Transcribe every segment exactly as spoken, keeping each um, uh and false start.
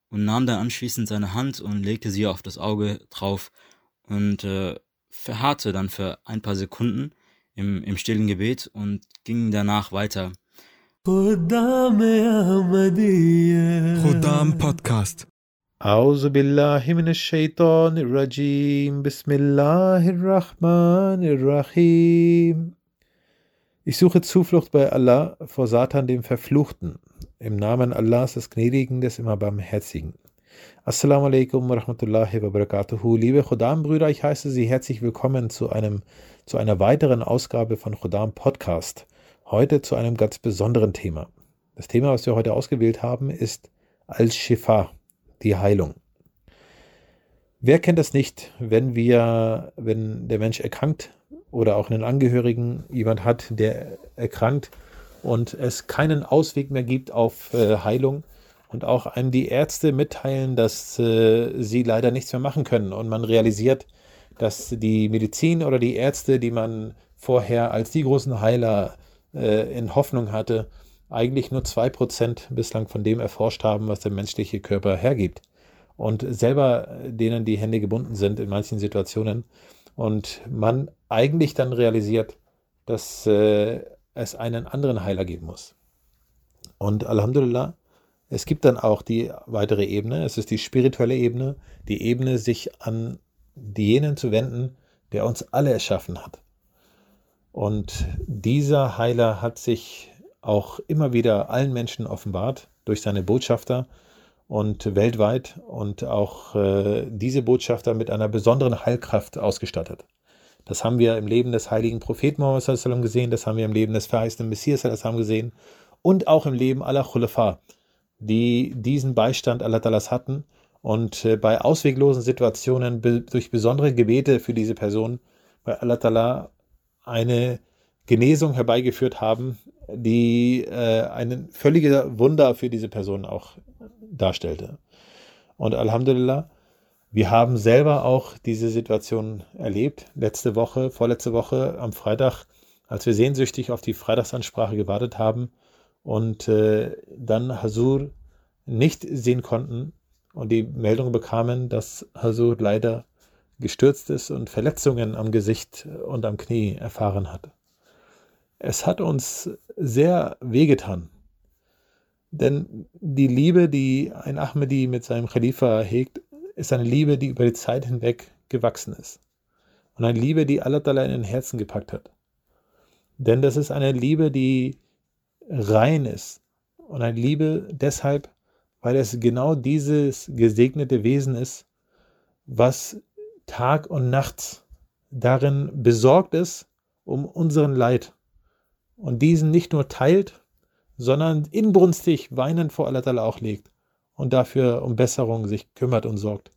und nahm dann anschließend seine Hand und legte sie auf das Auge drauf und äh, verharrte dann für ein paar Sekunden im, im stillen Gebet und ging danach weiter. Khuddam Podcast. A'udhu billahi minash shaitanir rajim. Bismillahir Rahmanir Rahim. Ich suche Zuflucht bei Allah vor Satan, dem Verfluchten. Im Namen Allahs, des Gnädigen, des immer Barmherzigen. Assalamu alaikum wa rahmatullahi wa barakatuhu. Liebe Khuddam-Brüder, ich heiße Sie herzlich willkommen zu, einem, zu einer weiteren Ausgabe von Khuddam Podcast. Heute zu einem ganz besonderen Thema. Das Thema, was wir heute ausgewählt haben, ist Al-Shifa, die Heilung. Wer kennt das nicht, wenn wir, wenn der Mensch erkrankt oder auch einen Angehörigen jemand hat, der erkrankt und es keinen Ausweg mehr gibt auf äh, Heilung und auch einem die Ärzte mitteilen, dass äh, sie leider nichts mehr machen können und man realisiert, dass die Medizin oder die Ärzte, die man vorher als die großen Heiler äh, in Hoffnung hatte, eigentlich nur zwei Prozent bislang von dem erforscht haben, was der menschliche Körper hergibt. Und selber denen die Hände gebunden sind in manchen Situationen. Und man eigentlich dann realisiert, dass äh, es einen anderen Heiler geben muss. Und Alhamdulillah, es gibt dann auch die weitere Ebene. Es ist die spirituelle Ebene, die Ebene, sich an jenen zu wenden, der uns alle erschaffen hat. Und dieser Heiler hat sich auch immer wieder allen Menschen offenbart durch seine Botschafter und weltweit und auch äh, diese Botschafter mit einer besonderen Heilkraft ausgestattet. Das haben wir im Leben des heiligen Propheten Muhammad sallallahu alaihi wasallam gesehen, das haben wir im Leben des verheißenen Messias sallallahu alaihi wasallam gesehen und auch im Leben aller Khulafa, die diesen Beistand Allah Talas hatten und äh, bei ausweglosen Situationen be- durch besondere Gebete für diese Person bei Allah Tala eine Genesung herbeigeführt haben, die äh, ein völliges Wunder für diese Person auch darstellte. Und Alhamdulillah, wir haben selber auch diese Situation erlebt. Letzte Woche, vorletzte Woche am Freitag, als wir sehnsüchtig auf die Freitagsansprache gewartet haben und äh, dann Hazur nicht sehen konnten und die Meldung bekamen, dass Hazur leider gestürzt ist und Verletzungen am Gesicht und am Knie erfahren hat. Es hat uns sehr wehgetan, denn die Liebe, die ein Ahmadi mit seinem Khalifa hegt, ist eine Liebe, die über die Zeit hinweg gewachsen ist und eine Liebe, die Allah Ta'ala in den Herzen gepackt hat. Denn das ist eine Liebe, die rein ist und eine Liebe deshalb, weil es genau dieses gesegnete Wesen ist, was Tag und Nacht darin besorgt ist um unseren Leid und diesen nicht nur teilt, sondern inbrünstig weinend vor Allah Ta'ala auch legt und dafür um Besserung sich kümmert und sorgt.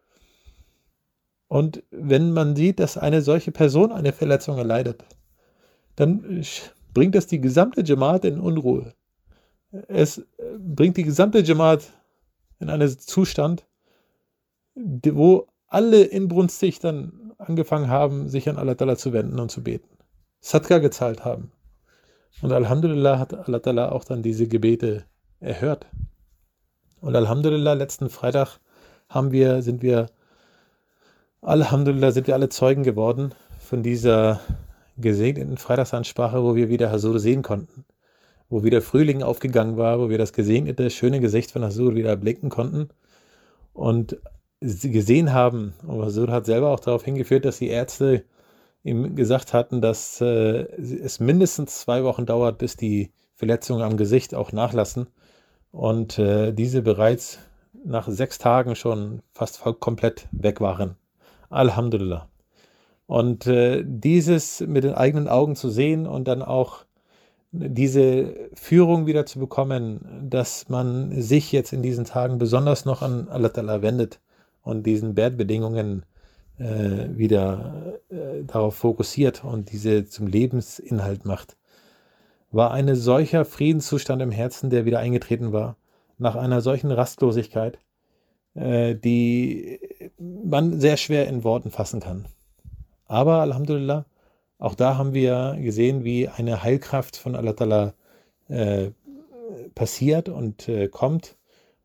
Und wenn man sieht, dass eine solche Person eine Verletzung erleidet, dann bringt das die gesamte Jamaat in Unruhe. Es bringt die gesamte Jamaat in einen Zustand, wo alle inbrünstig dann angefangen haben, sich an Allah Ta'ala zu wenden und zu beten. Sadqa gezahlt haben. Und Alhamdulillah hat Allah Ta'ala auch dann diese Gebete erhört. Und Alhamdulillah, letzten Freitag haben wir, sind wir, Alhamdulillah, sind wir alle Zeugen geworden von dieser gesegneten Freitagsansprache, wo wir wieder Hazur sehen konnten. Wo wieder Frühling aufgegangen war, wo wir das gesegnete, schöne Gesicht von Hazur wieder blicken konnten. Und gesehen haben, und Hazur hat selber auch darauf hingeführt, dass die Ärzte ihm gesagt hatten, dass äh, es mindestens zwei Wochen dauert, bis die Verletzungen am Gesicht auch nachlassen und äh, diese bereits nach sechs Tagen schon fast voll komplett weg waren. Alhamdulillah. Und äh, dieses mit den eigenen Augen zu sehen und dann auch diese Führung wieder zu bekommen, dass man sich jetzt in diesen Tagen besonders noch an Allah Ta'ala wendet und diesen Bedingungen äh, wieder äh, darauf fokussiert und diese zum Lebensinhalt macht, war ein solcher Friedenszustand im Herzen, der wieder eingetreten war, nach einer solchen Rastlosigkeit, äh, die man sehr schwer in Worten fassen kann. Aber Alhamdulillah, auch da haben wir gesehen, wie eine Heilkraft von Allah Ta'ala äh, passiert und äh, kommt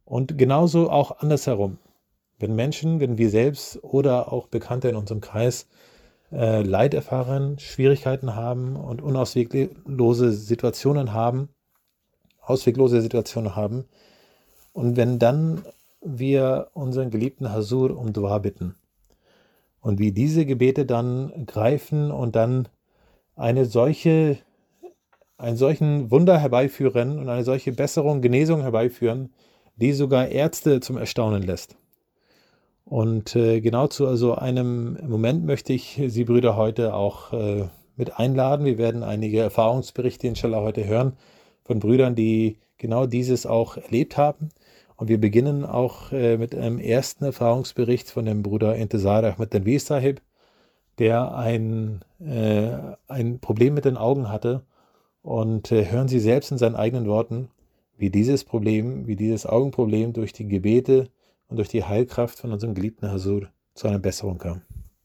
Und genauso auch andersherum. Wenn Menschen, wenn wir selbst oder auch Bekannte in unserem Kreis äh, Leid erfahren, Schwierigkeiten haben und unausweglose Situationen haben, ausweglose Situationen haben, und wenn dann wir unseren geliebten Hasur um Dua bitten und wie diese Gebete dann greifen und dann eine solche, einen solchen Wunder herbeiführen und eine solche Besserung, Genesung herbeiführen, die sogar Ärzte zum Erstaunen lässt. Und äh, genau zu also einem Moment möchte ich Sie Brüder heute auch äh, mit einladen. Wir werden einige Erfahrungsberichte inshallah heute hören von Brüdern, die genau dieses auch erlebt haben. Und wir beginnen auch äh, mit einem ersten Erfahrungsbericht von dem Bruder Intezar Ahmed Tanveer Sahib, der ein, äh, ein Problem mit den Augen hatte. Und äh, hören Sie selbst in seinen eigenen Worten, wie dieses Problem, wie dieses Augenproblem durch die Gebete und durch die Heilkraft von unserem geliebten Hasur zu einer Besserung kam.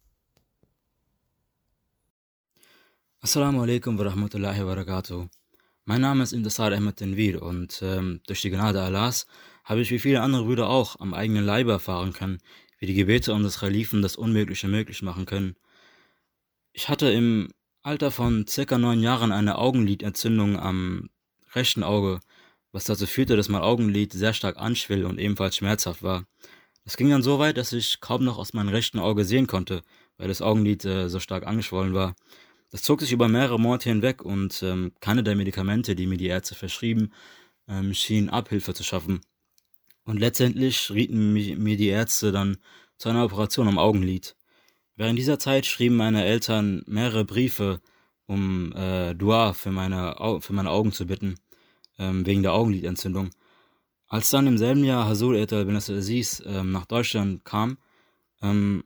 Assalamu alaikum wa rahmatullahi wa barakatuh. Mein Name ist Intezar Ahmed Tanveer und ähm, durch die Gnade Allahs habe ich wie viele andere Brüder auch am eigenen Leibe erfahren können, wie die Gebete unseres Kalifen das Unmögliche möglich machen können. Ich hatte im Alter von circa neun Jahren eine Augenlidentzündung am rechten Auge, was dazu führte, dass mein Augenlid sehr stark anschwill und ebenfalls schmerzhaft war. Das ging dann so weit, dass ich kaum noch aus meinem rechten Auge sehen konnte, weil das Augenlid äh, so stark angeschwollen war. Das zog sich über mehrere Monate hinweg und ähm, keine der Medikamente, die mir die Ärzte verschrieben, ähm, schienen Abhilfe zu schaffen. Und letztendlich rieten mi- mir die Ärzte dann zu einer Operation am Augenlid. Während dieser Zeit schrieben meine Eltern mehrere Briefe, um äh, Dua für meine, Au- für meine Augen zu bitten, ähm, wegen der Augenlidentzündung. Als dann im selben Jahr Hasur Etal bin Aziz ähm, nach Deutschland kam ähm,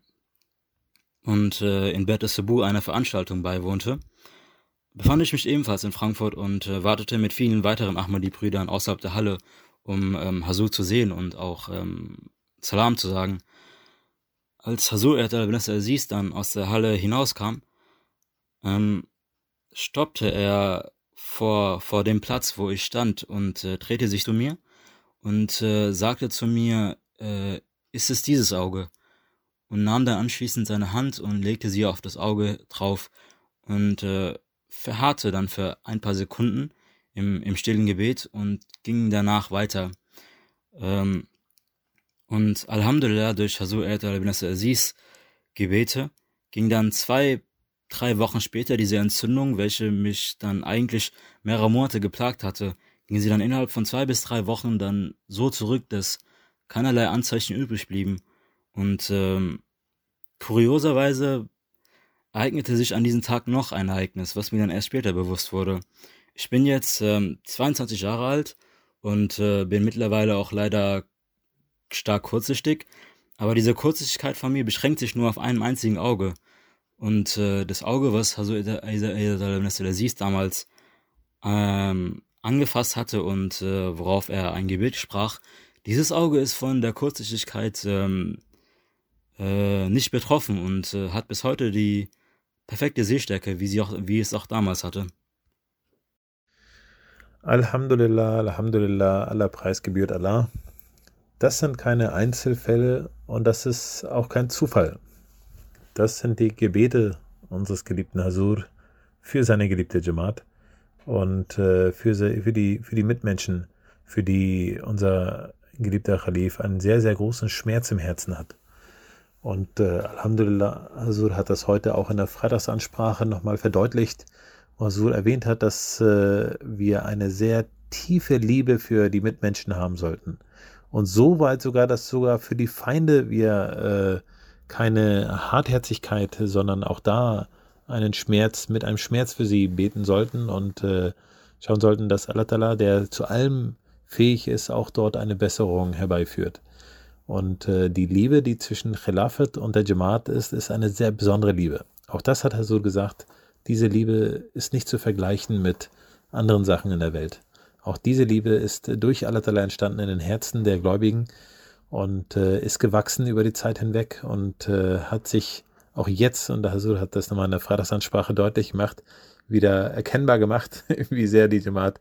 und äh, in Bet Sebu einer Veranstaltung beiwohnte, befand ich mich ebenfalls in Frankfurt und äh, wartete mit vielen weiteren Ahmadi-Brüdern außerhalb der Halle, um ähm, Hasur zu sehen und auch ähm, Salam zu sagen. Als Hasur Etal bin Aziz dann aus der Halle hinauskam, ähm, stoppte er vor, vor dem Platz, wo ich stand, und äh, drehte sich zu mir und äh, sagte zu mir, äh, ist es dieses Auge? Und nahm dann anschließend seine Hand und legte sie auf das Auge drauf und äh, verharrte dann für ein paar Sekunden im, im stillen Gebet und ging danach weiter. Ähm, und Alhamdulillah, durch Hasur Etal ibn Aziz Gebete ging dann zwei, drei Wochen später diese Entzündung, welche mich dann eigentlich mehrere Monate geplagt hatte, ging sie dann innerhalb von zwei bis drei Wochen dann so zurück, dass keinerlei Anzeichen übrig blieben. Und ähm, kurioserweise ereignete sich an diesem Tag noch ein Ereignis, was mir dann erst später bewusst wurde. Ich bin jetzt ähm, zweiundzwanzig Jahre alt und äh, bin mittlerweile auch leider stark kurzsichtig, aber diese Kurzsichtigkeit von mir beschränkt sich nur auf einem einzigen Auge. Und äh, das Auge, was Hasur Aziz damals ähm, angefasst hatte und äh, worauf er ein Gebet sprach, dieses Auge ist von der Kurzsichtigkeit ähm, äh, nicht betroffen und äh, hat bis heute die perfekte Sehstärke, wie, sie auch, wie es auch damals hatte. Alhamdulillah, Alhamdulillah, aller Preis gebührt Allah. Das sind keine Einzelfälle und das ist auch kein Zufall. Das sind die Gebete unseres geliebten Hasur für seine geliebte Jamaat und äh, für, für, die, für die Mitmenschen, für die unser geliebter Khalif einen sehr, sehr großen Schmerz im Herzen hat. Und äh, Alhamdulillah, Hasur hat das heute auch in der Freitagsansprache nochmal verdeutlicht, wo Hasur erwähnt hat, dass äh, wir eine sehr tiefe Liebe für die Mitmenschen haben sollten. Und so weit sogar, dass sogar für die Feinde wir äh, keine Hartherzigkeit, sondern auch da einen Schmerz, mit einem Schmerz für sie beten sollten und äh, schauen sollten, dass Allah Ta'ala, der zu allem fähig ist, auch dort eine Besserung herbeiführt. Und äh, die Liebe, die zwischen Khilafat und der Jamaat ist, ist eine sehr besondere Liebe. Auch das hat Hasur gesagt, diese Liebe ist nicht zu vergleichen mit anderen Sachen in der Welt. Auch diese Liebe ist durch Allah Ta'ala entstanden in den Herzen der Gläubigen und äh, ist gewachsen über die Zeit hinweg und äh, hat sich auch jetzt, und der Hasur hat das nochmal in der Freitagsansprache deutlich gemacht, wieder erkennbar gemacht, wie sehr die Jamaat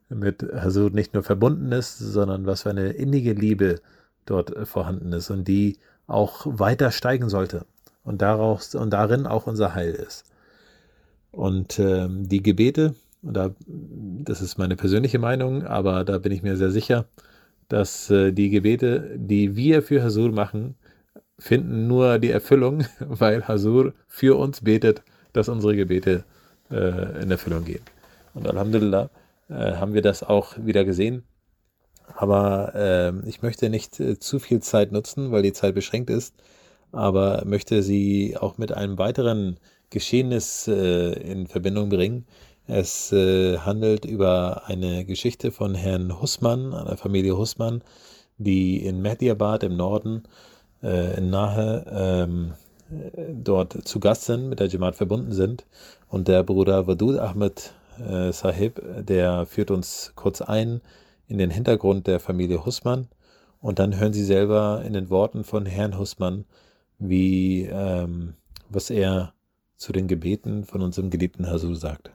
mit Hasur nicht nur verbunden ist, sondern was für eine innige Liebe dort vorhanden ist und die auch weiter steigen sollte und daraus und darin auch unser Heil ist. Und ähm, die Gebete, und da, das ist meine persönliche Meinung, aber da bin ich mir sehr sicher, dass äh, die Gebete, die wir für Hasur machen, finden nur die Erfüllung, weil Hasur für uns betet, dass unsere Gebete äh, in Erfüllung gehen. Und Alhamdulillah äh, haben wir das auch wieder gesehen. Aber äh, ich möchte nicht äh, zu viel Zeit nutzen, weil die Zeit beschränkt ist, aber möchte sie auch mit einem weiteren Geschehnis äh, in Verbindung bringen. Es äh, handelt über eine Geschichte von Herrn Husman, einer Familie Husman, die in Mehdiabad im Norden äh, in Nahe ähm, dort zu Gast sind, mit der Jamaat verbunden sind. Und der Bruder Wadud Ahmed äh, Sahib, der führt uns kurz ein in den Hintergrund der Familie Husman. Und dann hören Sie selber in den Worten von Herrn Husman, wie, ähm, was er zu den Gebeten von unserem geliebten Hasur sagt.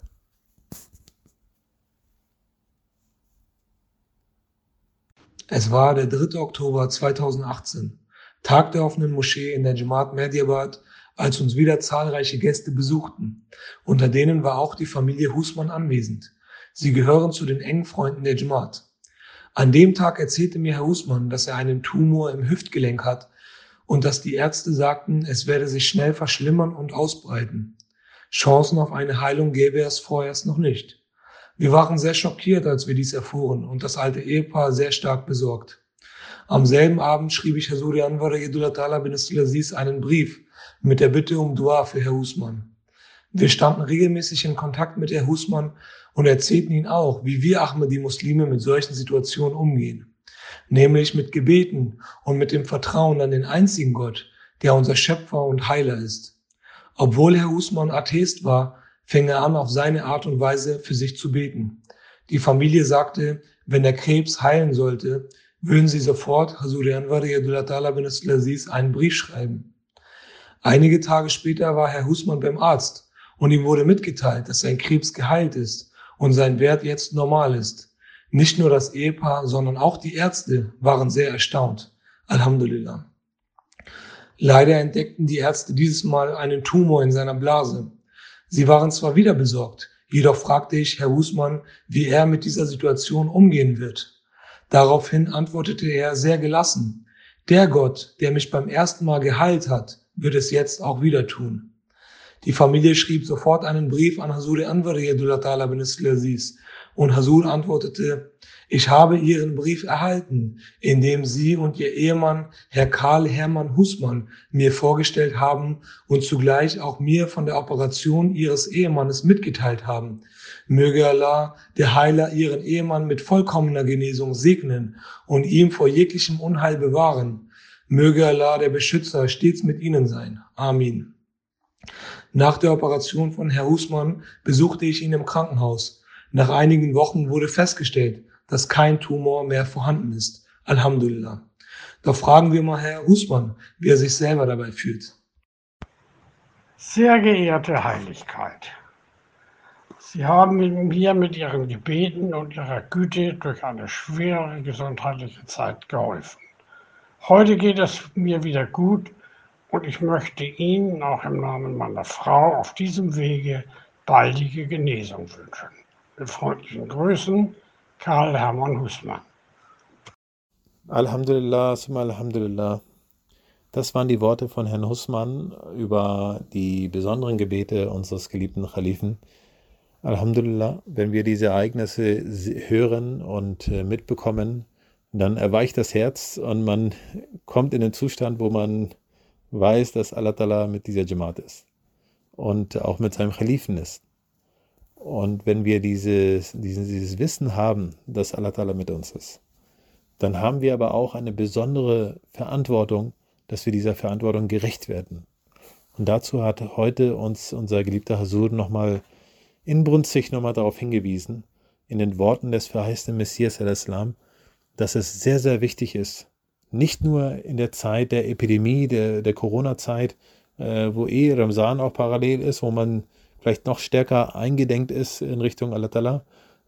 Es war der dritte Oktober zweitausendachtzehn, Tag der offenen Moschee in der Jamaat Mehdiabad, als uns wieder zahlreiche Gäste besuchten. Unter denen war auch die Familie Husman anwesend. Sie gehören zu den engen Freunden der Jamaat. An dem Tag erzählte mir Herr Husman, dass er einen Tumor im Hüftgelenk hat und dass die Ärzte sagten, es werde sich schnell verschlimmern und ausbreiten. Chancen auf eine Heilung gäbe es vorerst noch nicht. Wir waren sehr schockiert, als wir dies erfuhren und das alte Ehepaar sehr stark besorgt. Am selben Abend schrieb ich Hasuri Anwar Yedullah bin Aziz einen Brief mit der Bitte um Dua für Herr Husman. Wir standen regelmäßig in Kontakt mit Herrn Husman und erzählten ihn auch, wie wir Ahmadi-Muslime mit solchen Situationen umgehen. Nämlich mit Gebeten und mit dem Vertrauen an den einzigen Gott, der unser Schöpfer und Heiler ist. Obwohl Herr Husman Atheist war, fing er an, auf seine Art und Weise für sich zu beten. Die Familie sagte, wenn der Krebs heilen sollte, würden sie sofort Hasuri Anwar Yedullah bin Aziz einen Brief schreiben. Einige Tage später war Herr Husman beim Arzt und ihm wurde mitgeteilt, dass sein Krebs geheilt ist und sein Wert jetzt normal ist. Nicht nur das Ehepaar, sondern auch die Ärzte waren sehr erstaunt. Alhamdulillah. Leider entdeckten die Ärzte dieses Mal einen Tumor in seiner Blase. Sie waren zwar wieder besorgt, jedoch fragte ich Herr Husman, wie er mit dieser Situation umgehen wird. Daraufhin antwortete er sehr gelassen: Der Gott, der mich beim ersten Mal geheilt hat, wird es jetzt auch wieder tun. Die Familie schrieb sofort einen Brief an Hasuri Anwar Yedullah bin Aziz und Hasur antwortete: Ich habe Ihren Brief erhalten, in dem Sie und Ihr Ehemann, Herr Karl Hermann Husman, mir vorgestellt haben und zugleich auch mir von der Operation Ihres Ehemannes mitgeteilt haben. Möge Allah, der Heiler, Ihren Ehemann mit vollkommener Genesung segnen und ihm vor jeglichem Unheil bewahren. Möge Allah, der Beschützer, stets mit Ihnen sein. Amin. Nach der Operation von Herrn Husman besuchte ich ihn im Krankenhaus. Nach einigen Wochen wurde festgestellt, dass kein Tumor mehr vorhanden ist. Alhamdulillah. Doch fragen wir mal Herrn Husman, wie er sich selber dabei fühlt. Sehr geehrte Heiligkeit, Sie haben mir mit Ihren Gebeten und Ihrer Güte durch eine schwere gesundheitliche Zeit geholfen. Heute geht es mir wieder gut und ich möchte Ihnen auch im Namen meiner Frau auf diesem Wege baldige Genesung wünschen. Mit freundlichen Grüßen, Karl Hermann Husman. Alhamdulillah, summa Alhamdulillah. Das waren die Worte von Herrn Husman über die besonderen Gebete unseres geliebten Khalifen. Alhamdulillah, wenn wir diese Ereignisse hören und mitbekommen, dann erweicht das Herz und man kommt in den Zustand, wo man weiß, dass Allah Ta'ala mit dieser Jamaat ist und auch mit seinem Khalifen ist. Und wenn wir dieses, dieses, dieses Wissen haben, dass Allah Ta'ala mit uns ist, dann haben wir aber auch eine besondere Verantwortung, dass wir dieser Verantwortung gerecht werden. Und dazu hat heute uns unser geliebter Hasur nochmal inbrünstig nochmal darauf hingewiesen, in den Worten des verheißenen Messias al-Islam, dass es sehr, sehr wichtig ist, nicht nur in der Zeit der Epidemie, der, der Corona-Zeit, äh, wo eh Ramzan auch parallel ist, wo man vielleicht noch stärker eingedenkt ist in Richtung Allah Ta'ala,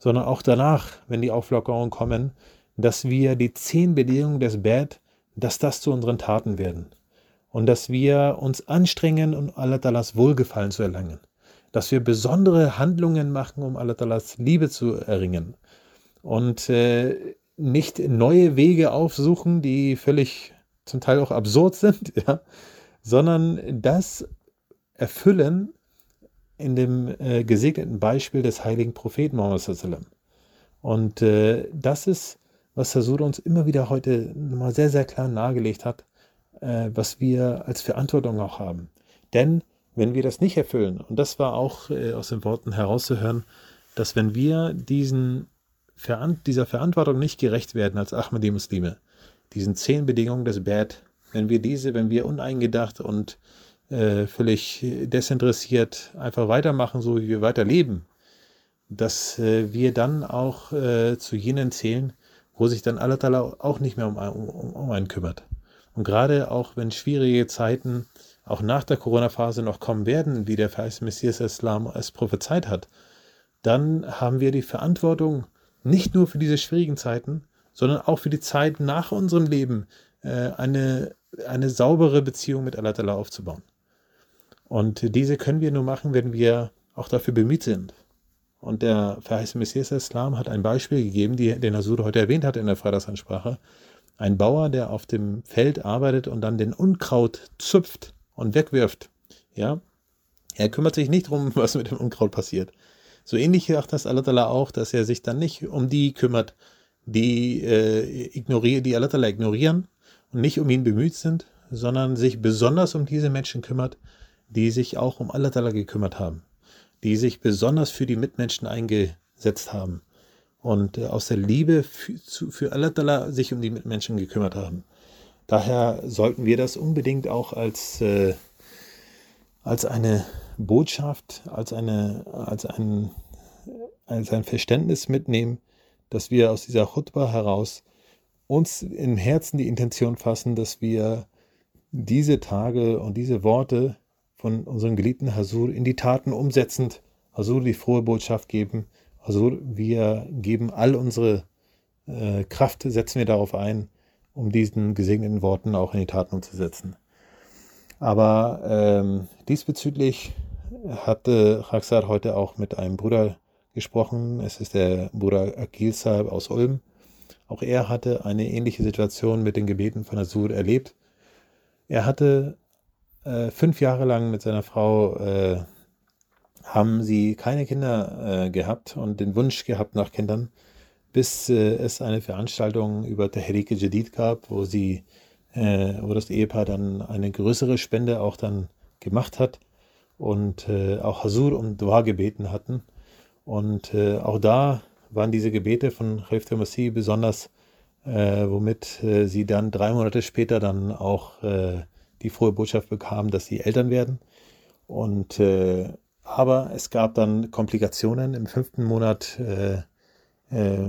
sondern auch danach, wenn die Auflockerungen kommen, dass wir die zehn Bedingungen des Bad, dass das zu unseren Taten werden. Und dass wir uns anstrengen, um Allah Ta'alas Wohlgefallen zu erlangen. Dass wir besondere Handlungen machen, um Allah Ta'alas Liebe zu erringen. Und äh, nicht neue Wege aufsuchen, die völlig zum Teil auch absurd sind, ja, sondern das erfüllen in dem äh, gesegneten Beispiel des heiligen Propheten Muhammad sallallahu alaihi wasallam. Und äh, das ist, was Hazur uns immer wieder heute nochmal sehr, sehr klar nahegelegt hat, äh, was wir als Verantwortung auch haben. Denn wenn wir das nicht erfüllen, und das war auch äh, aus den Worten herauszuhören, dass wenn wir diesen, dieser Verantwortung nicht gerecht werden als Ahmadi-Muslime, diesen zehn Bedingungen des Bad, wenn wir diese, wenn wir uneingedacht und äh, völlig desinteressiert einfach weitermachen, so wie wir weiterleben, dass äh, wir dann auch äh, zu jenen zählen, wo sich dann Allah Ta'ala auch nicht mehr um, um, um einen kümmert. Und gerade auch, wenn schwierige Zeiten auch nach der Corona-Phase noch kommen werden, wie der verheißene Messias Islam es prophezeit hat, dann haben wir die Verantwortung, nicht nur für diese schwierigen Zeiten, sondern auch für die Zeit nach unserem Leben, äh, eine, eine saubere Beziehung mit Allah Ta'ala aufzubauen. Und diese können wir nur machen, wenn wir auch dafür bemüht sind. Und der verheißene Messias Islam hat ein Beispiel gegeben, die, den Hazur heute erwähnt hat in der Freitagsansprache. Ein Bauer, der auf dem Feld arbeitet und dann den Unkraut zupft und wegwirft. Ja, er kümmert sich nicht darum, was mit dem Unkraut passiert. So ähnlich sagt das Allah Ta'ala auch, dass er sich dann nicht um die kümmert, die, äh, ignorieren, die Allah Ta'ala ignorieren und nicht um ihn bemüht sind, sondern sich besonders um diese Menschen kümmert, die sich auch um Allah Ta'ala gekümmert haben, die sich besonders für die Mitmenschen eingesetzt haben und äh, aus der Liebe für, zu, für Allah Ta'ala sich um die Mitmenschen gekümmert haben. Daher sollten wir das unbedingt auch als, äh, als eine Botschaft, als, eine, als, ein, als ein Verständnis mitnehmen, dass wir aus dieser Chutbah heraus uns im Herzen die Intention fassen, dass wir diese Tage und diese Worte von unserem geliebten Hazur in die Taten umsetzend, Hazur die frohe Botschaft geben, Hazur, wir geben all unsere äh, Kraft, setzen wir darauf ein, um diesen gesegneten Worten auch in die Taten umzusetzen. Aber ähm, diesbezüglich hatte Raksar heute auch mit einem Bruder gesprochen. Es ist der Bruder Akil Sahib aus Ulm. Auch er hatte eine ähnliche Situation mit den Gebeten von Hazur erlebt. Er hatte äh, fünf Jahre lang mit seiner Frau, äh, haben sie keine Kinder äh, gehabt und den Wunsch gehabt nach Kindern, bis äh, es eine Veranstaltung über Tehrik Jadid gab, wo sie, äh, wo das Ehepaar dann eine größere Spende auch dann gemacht hat und äh, auch Hazur um Dua gebeten hatten. Und äh, auch da waren diese Gebete von Khalifat Masih besonders, äh, womit äh, sie dann drei Monate später dann auch äh, die frohe Botschaft bekamen, dass sie Eltern werden. Und äh, aber es gab dann Komplikationen. Im fünften Monat äh, äh,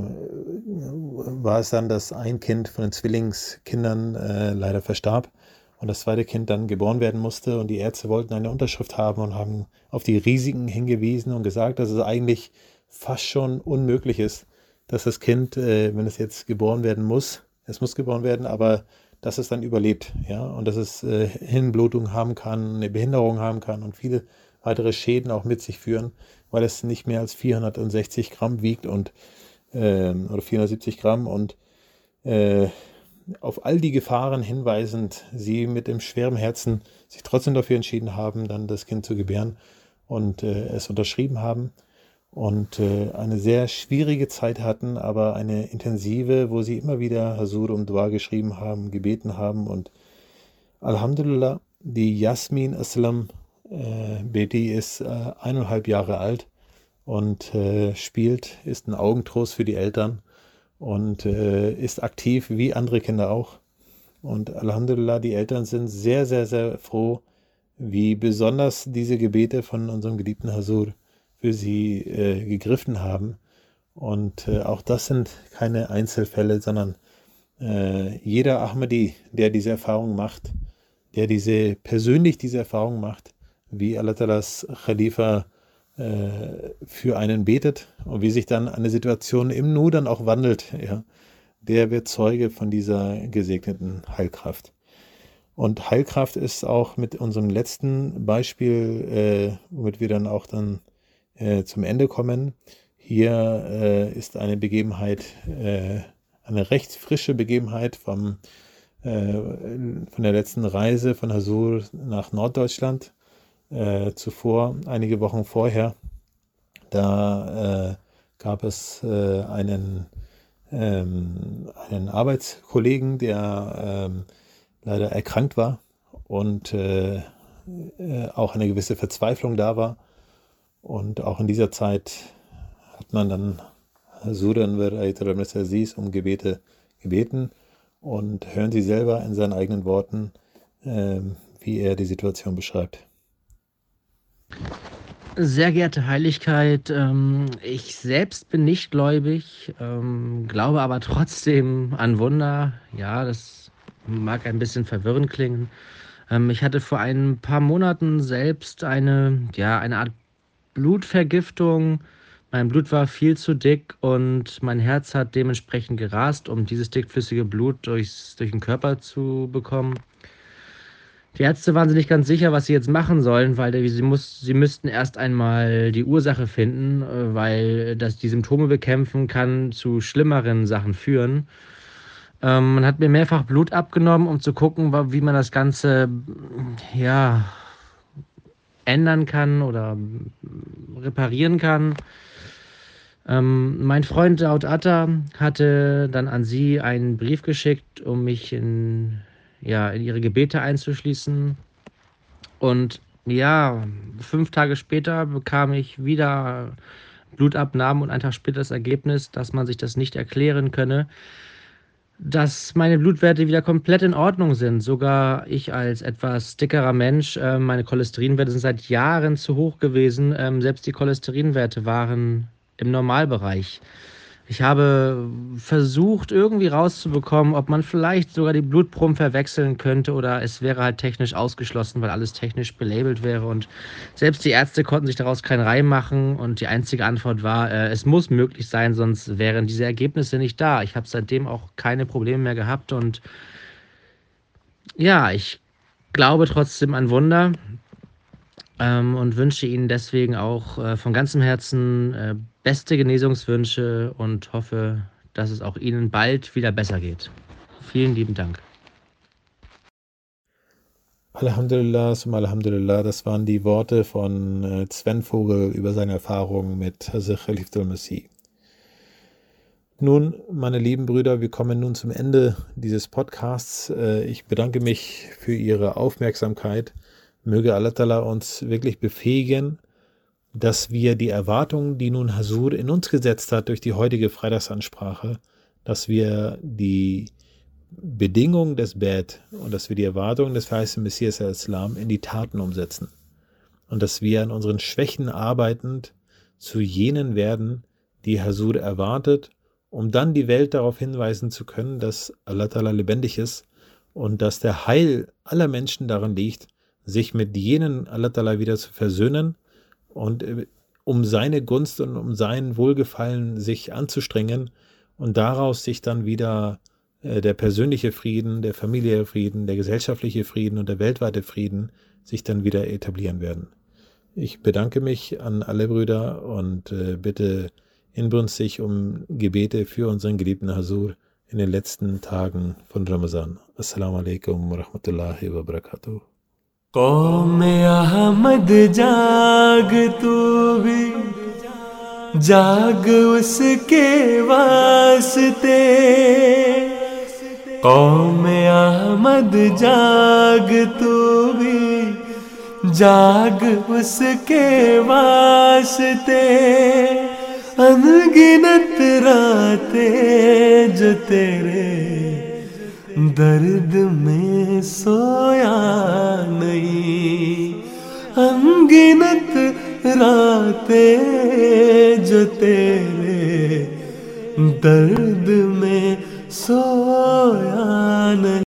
war es dann, dass ein Kind von den Zwillingskindern äh, leider verstarb und das zweite Kind dann geboren werden musste. Und die Ärzte wollten eine Unterschrift haben und haben auf die Risiken hingewiesen und gesagt, dass es eigentlich fast schon unmöglich ist, dass das Kind, äh, wenn es jetzt geboren werden muss, es muss geboren werden, aber dass es dann überlebt, ja, und dass es äh, Hirnblutung haben kann, eine Behinderung haben kann und viele weitere Schäden auch mit sich führen, weil es nicht mehr als vierhundertsechzig Gramm wiegt und äh, oder vierhundertsiebzig Gramm und äh, auf all die Gefahren hinweisend, sie mit dem schweren Herzen sich trotzdem dafür entschieden haben, dann das Kind zu gebären und äh, es unterschrieben haben und äh, eine sehr schwierige Zeit hatten, aber eine intensive, wo sie immer wieder Hazur um Dua geschrieben haben, gebeten haben und Alhamdulillah, die Jasmin Aslam äh, Beti ist äh, eineinhalb Jahre alt und äh, spielt, ist ein Augentrost für die Eltern und äh, ist aktiv wie andere Kinder auch. Und Alhamdulillah, die Eltern sind sehr, sehr, sehr froh, wie besonders diese Gebete von unserem geliebten Hazur für sie äh, gegriffen haben. Und äh, auch das sind keine Einzelfälle, sondern äh, jeder Ahmadi, der diese Erfahrung macht, der diese persönlich diese Erfahrung macht, wie Allah Ta'alas Khalifa äh, für einen betet und wie sich dann eine Situation im Nu dann auch wandelt, ja, der wird Zeuge von dieser gesegneten Heilkraft. Und Heilkraft ist auch mit unserem letzten Beispiel, äh, womit wir dann auch dann äh, zum Ende kommen. Hier äh, ist eine Begebenheit, äh, eine recht frische Begebenheit vom, äh, von der letzten Reise von Hasur nach Norddeutschland. Äh, zuvor, einige Wochen vorher, da äh, gab es äh, einen, ähm, einen Arbeitskollegen, der ähm, leider erkrankt war und äh, äh, auch eine gewisse Verzweiflung da war. Und auch in dieser Zeit hat man dann Suranver Ayatollah Aziz um Gebete gebeten. Und hören Sie selber in seinen eigenen Worten, äh, wie er die Situation beschreibt. Sehr geehrte Heiligkeit, ähm, ich selbst bin nicht gläubig, ähm, glaube aber trotzdem an Wunder. Ja, das mag ein bisschen verwirrend klingen. Ähm, ich hatte vor ein paar Monaten selbst eine, ja, eine Art Blutvergiftung. Mein Blut war viel zu dick und mein Herz hat dementsprechend gerast, um dieses dickflüssige Blut durchs, durch den Körper zu bekommen. Die Ärzte waren sich nicht ganz sicher, was sie jetzt machen sollen, weil die, sie, muss, sie müssten erst einmal die Ursache finden, äh, weil das, die Symptome bekämpfen kann zu schlimmeren Sachen führen. Ähm, man hat mir mehrfach Blut abgenommen, um zu gucken, wa- wie man das Ganze ja, ändern kann oder mm, reparieren kann. Ähm, mein Freund Daud Atta hatte dann an sie einen Brief geschickt, um mich in, ja, in ihre Gebete einzuschließen. Und ja, fünf Tage später bekam ich wieder Blutabnahmen und einen Tag später das Ergebnis, dass man sich das nicht erklären könne, dass meine Blutwerte wieder komplett in Ordnung sind. Sogar ich als etwas dickerer Mensch, äh, meine Cholesterinwerte sind seit Jahren zu hoch gewesen. Ähm, selbst die Cholesterinwerte waren im Normalbereich. Ich habe versucht, irgendwie rauszubekommen, ob man vielleicht sogar die Blutproben verwechseln könnte oder es wäre halt technisch ausgeschlossen, weil alles technisch belabelt wäre. Und selbst die Ärzte konnten sich daraus keinen Reim machen. Und die einzige Antwort war, äh, es muss möglich sein, sonst wären diese Ergebnisse nicht da. Ich habe seitdem auch keine Probleme mehr gehabt. Und ja, ich glaube trotzdem an Wunder. Ähm, und wünsche Ihnen deswegen auch äh, von ganzem Herzen äh, beste Genesungswünsche und hoffe, dass es auch Ihnen bald wieder besser geht. Vielen lieben Dank. Alhamdulillah, summa Alhamdulillah, das waren die Worte von äh, Sven Vogel über seine Erfahrungen mit Hazrat Khalifatul Masih. Nun, meine lieben Brüder, wir kommen nun zum Ende dieses Podcasts. Äh, ich bedanke mich für Ihre Aufmerksamkeit. Möge Allah Ta'ala uns wirklich befähigen, dass wir die Erwartungen, die nun Hasur in uns gesetzt hat durch die heutige Freitagsansprache, dass wir die Bedingungen des Bad und dass wir die Erwartungen des verheißenen Messias al-Islam in die Taten umsetzen. Und dass wir an unseren Schwächen arbeitend zu jenen werden, die Hasur erwartet, um dann die Welt darauf hinweisen zu können, dass Allah Ta'ala lebendig ist und dass der Heil aller Menschen darin liegt, sich mit jenen Allah Ta'ala wieder zu versöhnen und äh, um seine Gunst und um sein Wohlgefallen sich anzustrengen und daraus sich dann wieder äh, der persönliche Frieden, der familiäre Frieden, der gesellschaftliche Frieden und der weltweite Frieden sich dann wieder etablieren werden. Ich bedanke mich an alle Brüder und äh, bitte inbrünstig um Gebete für unseren geliebten Hasur in den letzten Tagen von Ramazan. Assalamu alaikum wa rahmatullahi wa barakatuh. कौम अहमद जाग तू भी जाग उसके वास्ते कौम अहमद जाग तू भी जाग उसके वास्ते अनगिनत रातें जो तेरे दर्द में सोया नहीं अनगिनत रातें जो तेरे दर्द में सोया नहीं।